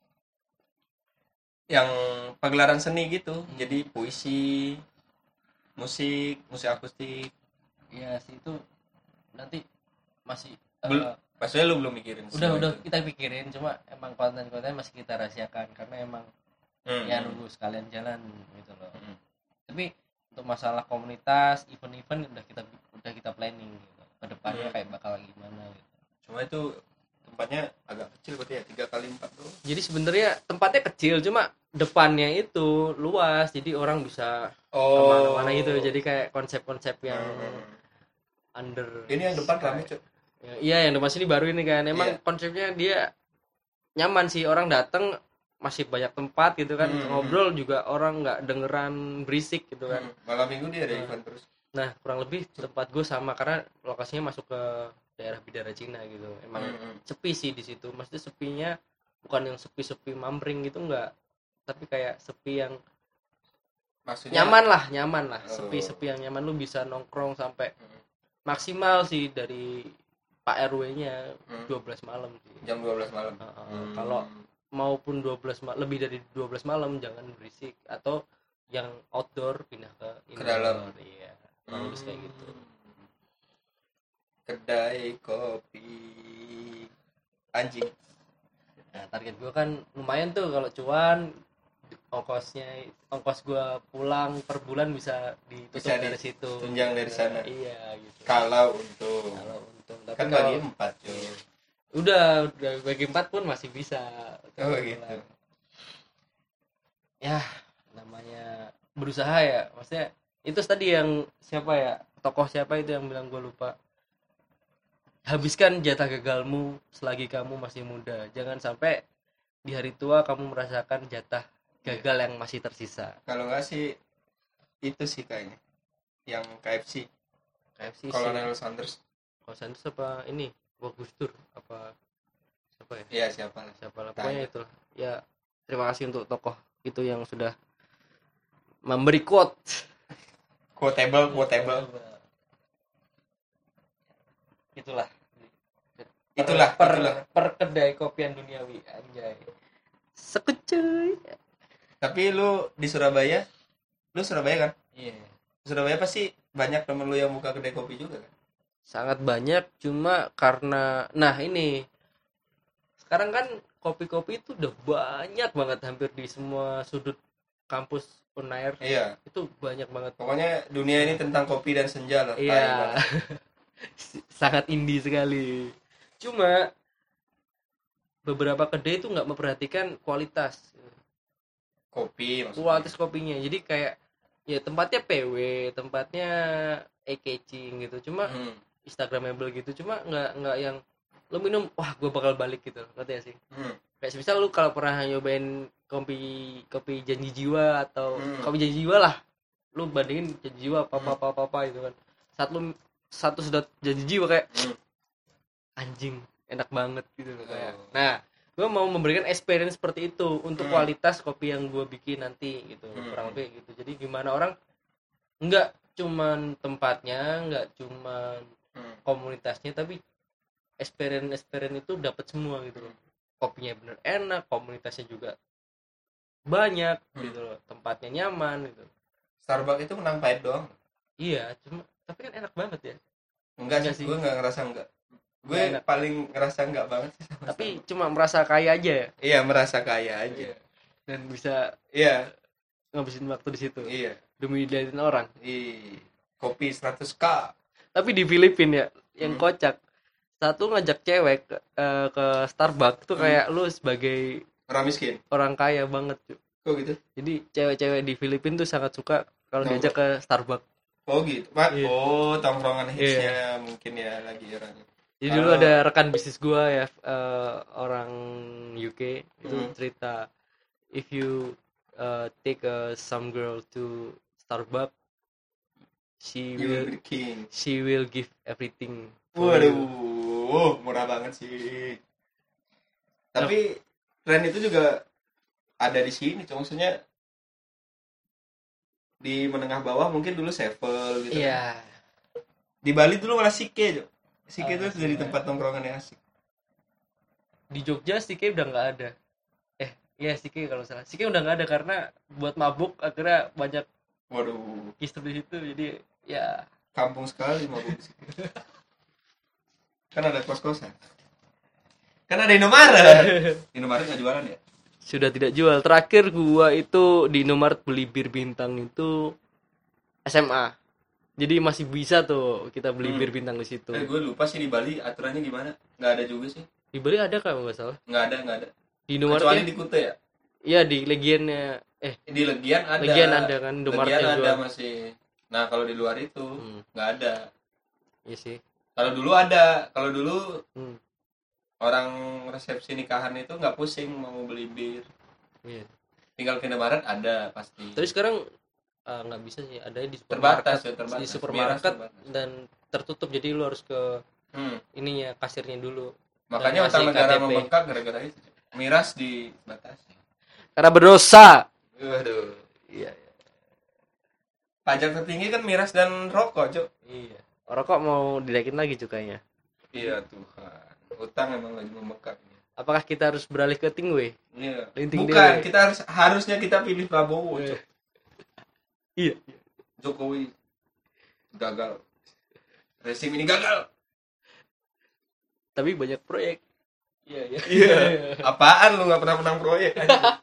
yang pagelaran seni gitu. Hmm. Jadi puisi, musik, musik akustik. iya sih itu nanti masih eh, Bel- Maksudnya lu belum mikirin udah semua udah itu? kita pikirin cuma emang konten-konten masih kita rahasiakan karena emang Hmm. ya nunggu sekalian jalan gitu loh. Hmm. Tapi untuk masalah komunitas, event-event udah kita udah kita planning gitu. Kedepannya Hmm. kayak bakal gimana gitu. Cuma itu tempatnya agak kecil berarti ya tiga kali empat tuh. Jadi sebenarnya tempatnya kecil cuma depannya itu luas jadi orang bisa kemana-mana gitu. Jadi kayak konsep-konsep yang Hmm. under. Ini yang depan rame cuk. Ya, iya yang depan sini baru ini kan. Emang Iya. konsepnya dia nyaman sih orang datang masih banyak tempat gitu kan. Hmm. Ngobrol juga orang nggak dengeran berisik gitu kan. Hmm. Malam minggu dia ada Hmm. event terus. Nah kurang lebih tempat gue sama karena lokasinya masuk ke daerah Bidara Cina gitu. Emang Hmm. sepi sih di situ. Maksudnya sepinya bukan yang sepi-sepi mamring gitu enggak, tapi kayak sepi yang Maksudnya nyaman lah, nyaman lah. Oh. Sepi-sepi yang nyaman lu bisa nongkrong sampai Hmm. maksimal sih dari Pak R W-nya Hmm. dua belas malam sih. jam dua belas malam. Heeh. Hmm. Kalau maupun dua belas ma- lebih dari dua belas malam jangan berisik atau yang outdoor pindah ke indoor. dalam. Iya. Kurang lebih kayak gitu. Kedai kopi anjing. Nah, target gue kan lumayan tuh kalau cuan ongkosnya ongkos gue pulang per bulan bisa ditutup Bisa dari di- situ. tunjang dari sana. Iya gitu. Kalau untuk Kalau untung tapi kan kalau bagi empat cuy. udah udah bagi empat pun masih bisa. Oh Per gitu. bulan. Ya namanya berusaha ya. Maksudnya itu tadi yang siapa ya tokoh siapa itu yang bilang gue lupa. Habiskan jatah gagalmu selagi kamu masih muda. Jangan sampai di hari tua kamu merasakan jatah gagal yang masih tersisa. Kalau nggak sih itu sih kayaknya yang K F C K F C Colonel Sanders. Kalau Sanders apa ini? Wah Gus Dur apa siapa ya? Iya siapa lah. Siapa lah pokoknya itu. Ya terima kasih untuk tokoh itu yang sudah memberi quote. Quotable, quotable. Itulah. Itulah, per, itulah. per kedai kopian duniawi anjay. Sekecil. Tapi lu di Surabaya, lu Surabaya kan? Iya. Surabaya pasti banyak temen lu yang buka kedai kopi juga kan? Sangat banyak cuma karena nah ini sekarang kan kopi-kopi itu udah banyak banget hampir di semua sudut kampus Unair Iya. itu banyak banget. Pokoknya dunia ini tentang kopi dan senja lah. Tai Iya. banget. Sangat indie sekali. Cuma beberapa kedai itu nggak memperhatikan kualitas Kopi maksudnya. kualitas kopinya. Jadi kayak ya tempatnya P W, tempatnya eye catching gitu. Cuma Hmm. Instagramable gitu. Cuma nggak nggak yang lo minum wah gue bakal balik gitu. Ngerti ya sih? Hmm. Kayak semisal lu kalau pernah nyobain kopi kopi janji jiwa atau Hmm. kopi janji jiwa lah lu bandingin janji jiwa apa apa apa apa itu kan. Saat lu satu sudah janji jiwa kayak Hmm. anjing enak banget gitu loh kayak. Oh. Nah, gue mau memberikan experience seperti itu untuk Hmm. kualitas kopi yang gue bikin nanti gitu, Hmm. kurang lebih gitu. Jadi gimana orang nggak cuman tempatnya, nggak cuman Hmm. komunitasnya, tapi experience experience itu dapat semua gitu loh. Kopinya bener enak, komunitasnya juga banyak Hmm. gitu loh, tempatnya nyaman gitu. Starbucks itu menang pahit doang. Iya, cuma tapi kan enak banget ya. Enggak, Enggak sih, sih. gue nggak ngerasa enggak. Gue Nggak enak. paling ngerasa enggak banget sih sama Tapi Starbucks. cuma merasa kaya aja ya Iya, merasa kaya aja. dan bisa Iya, ngabisin waktu di situ iya. demi dilihatin orang. Ih, kopi seratus k. Tapi di Filipina ya yang Hmm. kocak, satu ngajak cewek ke, eh, ke Starbucks tuh Hmm. kayak lu sebagai Orang miskin. orang kaya banget cuy. Kok gitu? Jadi cewek-cewek di Filipina tuh sangat suka kalau Nongkrong. diajak ke Starbucks. Oh gitu. Mak, Iya. oh tongkrongan hitsnya mungkin ya lagi orangnya. Jadi dulu Kalau- ada rekan bisnis gua ya eh, orang U K itu Hmm. cerita, if you uh, take a, some girl to Starbucks, she You will will be the king. she will give everything for you. Waduh, murah banget sih. Tapi tren itu juga ada di sini, cuma maksudnya di menengah bawah mungkin dulu Sevel gitu. Iya. kan. Di Bali dulu malah Sike, Jo. Sike Oh, itu jadi iya. tempat nongkrongan yang asik. Di Jogja Sike udah nggak ada. Eh, iya Sike kalau salah. Sike udah nggak ada karena buat mabuk akhirnya banyak Waduh, kisah di situ. Jadi ya kampung sekali mabuk di Sike. Kan ada kos-kosan. Kan ada Indomaret. Indomaret nggak jualan ya? sudah tidak jual. Terakhir gua itu di Indomaret beli bir bintang itu S M A. Jadi masih bisa tuh kita beli Hmm. bir bintang di situ. Eh, gue lupa sih di Bali aturannya gimana. Nggak ada juga sih. Di Bali ada kalau nggak salah. Nggak ada, nggak ada. Di Indomaret Kecuali ya? di Kute ya. Iya di Legiannya. Eh, Di Legian ada. Legian ada kan Indomaret Legian yang ada jual. masih. Nah kalau di luar itu Hmm. nggak ada. Iya sih. Kalau dulu ada. Kalau dulu Hmm. orang resepsi nikahan itu nggak pusing mau beli bir. Iya. Tinggal ke Indomaret ada pasti. Tapi sekarang ah, nggak bisa sih, ada di terbatas supermarket, ya terbatas. di supermarket Miras terbatas. dan tertutup, jadi lu harus ke Hmm. ininya kasirnya dulu. Makanya Dan utang ngasih negara K T P. membengkak gara-gara itu. Miras dibatasi. Karena berdosa. Waduh. Iya. Pajak tertinggi kan miras dan rokok, Cuk. Iya. Rokok mau dinaikin lagi cukainya. Iya Tuhan. Utang emang lagi membengkak. Apakah kita harus beralih ke Tingwe? Iya. Linting Bukan, dewe. kita harus harusnya kita pilih Prabowo, Cuk. Iya. Jokowi gagal. Rezim ini gagal. Tapi banyak proyek. Iya, iya. Iya. Apaan lu nggak pernah menang proyek? anjing.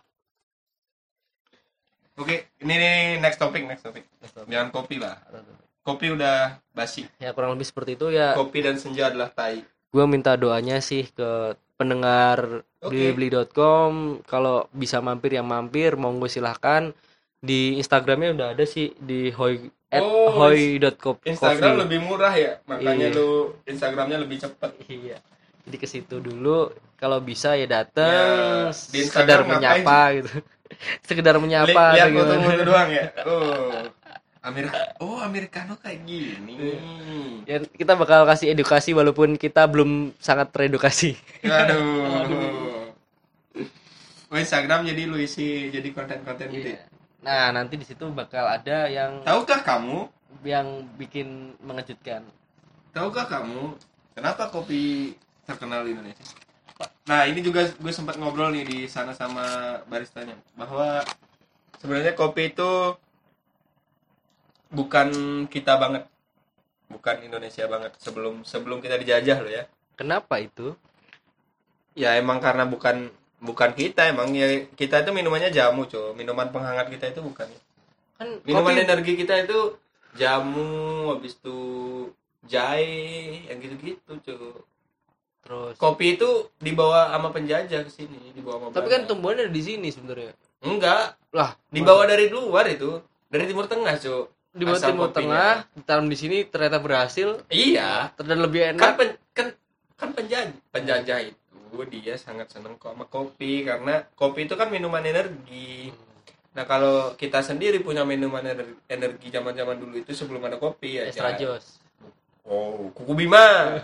Oke, ini nih next topic, next topic. Jangan kopi lah. Kopi udah basi. Ya kurang lebih seperti itu ya. Kopi dan senja adalah tai. Gue minta doanya sih ke pendengar Oke. blibli dot com, kalau bisa mampir yang mampir, monggo silahkan. Di Instagramnya udah ada sih di hoy at Oh, hoy dot coffee. Instagram lebih murah ya, makanya Iya. lu Instagramnya lebih cepet. Iya. Jadi ke situ dulu, kalau bisa ya datang, Ya, di sekedar Instagram menyapa gitu. Sekedar Li- menyapa lihat atau foto gimana. foto doang ya. Oh, Amerika. Oh, americano kayak gini. Ya, kita bakal kasih edukasi walaupun kita belum sangat teredukasi. Aduh. Oh, Instagram jadi lu isi jadi konten-konten gitu. Iya. ya? Nah, nanti di situ bakal ada yang Tahukah kamu? yang bikin mengejutkan. Tahukah kamu kenapa kopi terkenal di Indonesia? Nah, ini juga gue sempat ngobrol nih di sana sama baristanya bahwa sebenarnya kopi itu bukan kita banget. Bukan Indonesia banget sebelum sebelum kita dijajah loh ya. Kenapa itu? Ya emang karena bukan bukan kita emang ya kita itu minumannya jamu, cow. Minuman penghangat kita itu bukan. Kan Minuman kopi energi kita itu jamu, habis itu jahe, yang gitu-gitu, cow. terus. Kopi itu dibawa sama penjajah ke sini, dibawa sama Tapi kan Belanda. tumbuhannya ada di sini sebenarnya. Enggak, Lah, dibawa dari luar itu, dari Timur Tengah, cow. di Bawah Asal Timur kopinya. Tengah, ditanam di sini ternyata berhasil Iya, dan lebih enak. kan pen, kan kan penjajah, penjajah itu dia sangat seneng kok sama kopi karena kopi itu kan minuman energi. Nah kalau kita sendiri punya minuman ener- energi zaman-zaman dulu itu sebelum ada kopi ya. Extra Jai. Jos. Oh, Kuku Bima.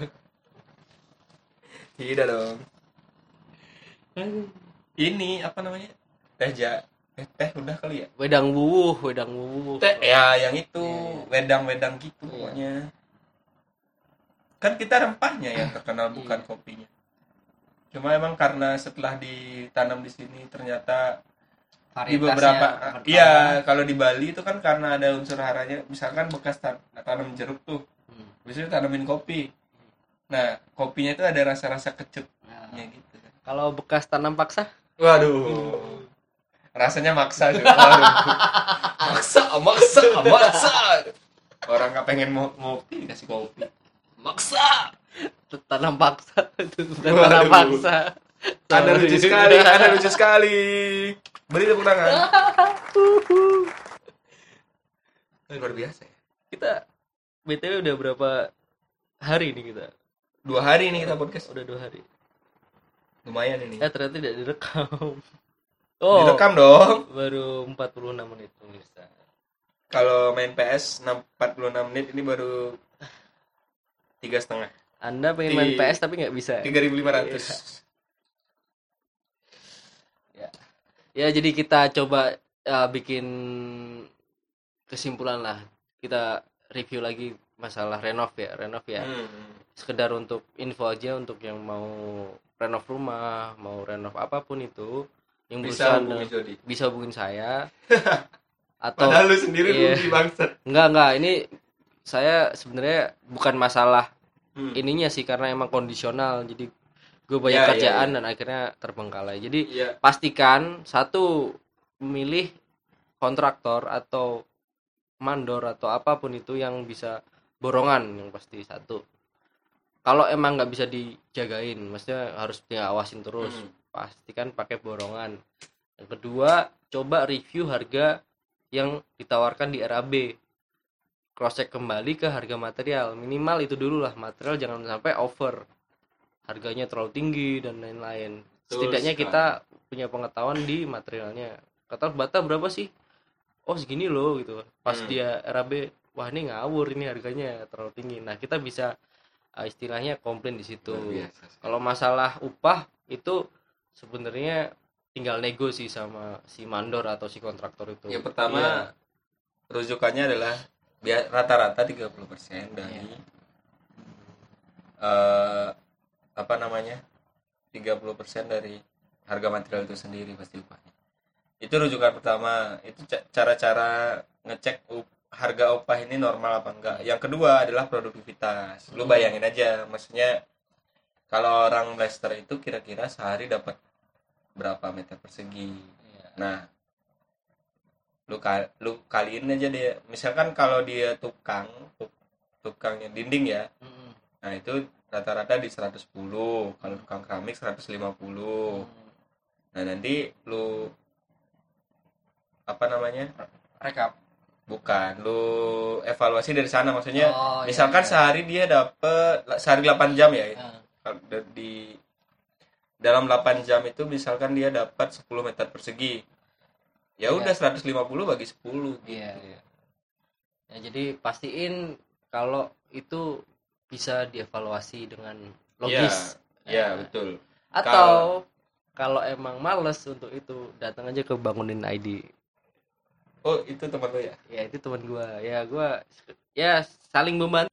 Tidak dong. Ini apa namanya? Teh ja. Eh, teh udah kali ya? Wedang wuwuh, wedang wuwuh. Teh ya yang itu, Iya. wedang-wedang gitu Iya. pokoknya. Kan kita rempahnya yang terkenal bukan Iya. kopinya. Cuma emang karena setelah ditanam di sini ternyata di Varietasnya beberapa bertambah. iya kalau di Bali itu kan karena ada unsur haranya, misalkan bekas tan- tanam jeruk tuh Hmm. biasanya tanamin kopi, nah kopinya itu ada rasa-rasa kecutnya Nah, gitu. Kalau bekas tanam paksa, Waduh, rasanya maksa juga. Waduh. maksa maksa maksa orang nggak pengen mau ngopi dikasih kopi maksa. tanam paksa itu bukan Waduh. tanam paksa. Anda Sorry. lucu sekali, Anda lucu sekali. Beri tepuk tangan. Luar biasa ya. Kita B T W udah berapa hari nih kita? Dua hari nih kita podcast. Udah dua hari. Lumayan ini. Eh ternyata tidak direkam. Oh, Direkam dong. baru empat puluh enam menit pemirsa. Kalau main P S enam- empat puluh enam menit ini baru tiga setengah. Anda pengen main Di- P S tapi nggak bisa. Tiga ribu lima ratus. Ya jadi kita coba uh, bikin kesimpulan lah. Kita review lagi masalah renov ya, renov ya. Hmm. Sekedar untuk info aja untuk yang mau renov rumah, mau renov apapun itu, yang Bisa berusaha hubungi Jody. bisa hubungin saya. Atau Padahal lu sendiri iya. rugi bangsat. enggak enggak ini saya sebenarnya bukan masalah Hmm. ininya sih karena emang kondisional. Jadi gue banyak Ya, ya, kerjaan ya. dan akhirnya terbengkalai. Jadi Iya. pastikan satu memilih kontraktor atau mandor atau apapun itu yang bisa borongan yang pasti satu. Kalau emang nggak bisa dijagain, maksudnya harus diawasin terus. Hmm. Pastikan pakai borongan. Yang kedua, coba review harga yang ditawarkan di R A B. Cross check kembali ke harga material. Minimal itu dulu lah, material jangan sampai over. Harganya terlalu tinggi dan lain-lain. Betul Setidaknya sekali. kita punya pengetahuan di materialnya. Kata bata berapa sih? Oh segini loh gitu. Pas Hmm. dia R A B, wah ini ngawur ini harganya terlalu tinggi. Nah kita bisa uh, istilahnya komplain di situ. Luar biasa. Kalau masalah upah itu sebenarnya tinggal nego sih sama si mandor atau si kontraktor itu. Yang pertama Iya. rujukannya adalah bia- rata-rata tiga puluh persen dari eh, apa namanya? tiga puluh persen dari harga material itu sendiri pasti upahnya. Itu rujukan pertama, itu ca- cara-cara ngecek up- harga upah ini normal apa enggak. Yang kedua adalah produktivitas. Lu bayangin aja, maksudnya kalau orang blaster itu kira-kira sehari dapat berapa meter persegi. Nah, lu ka- lu kaliin aja dia. Misalkan kalau dia tukang, tuk- tukangnya dinding ya. Mm-mm. Nah, itu rata-rata di seratus sepuluh, kalau tukang keramik seratus lima puluh. Nah, nanti lu apa namanya? rekap. Bukan, lu evaluasi dari sana maksudnya. Oh, iya, Misalkan iya. sehari dia dapat sehari delapan jam ya. Nah, Kalau di dalam delapan jam itu misalkan dia dapat sepuluh meter persegi. Ya Iya. udah seratus lima puluh bagi sepuluh. iya. Ya, jadi pastiin kalau itu bisa dievaluasi dengan logis. Ya, Ya. betul. Atau kalau emang males untuk itu datang aja ke Bangunin I D. Oh, itu teman lu ya? Ya itu teman gua. Ya gua ya saling membantu.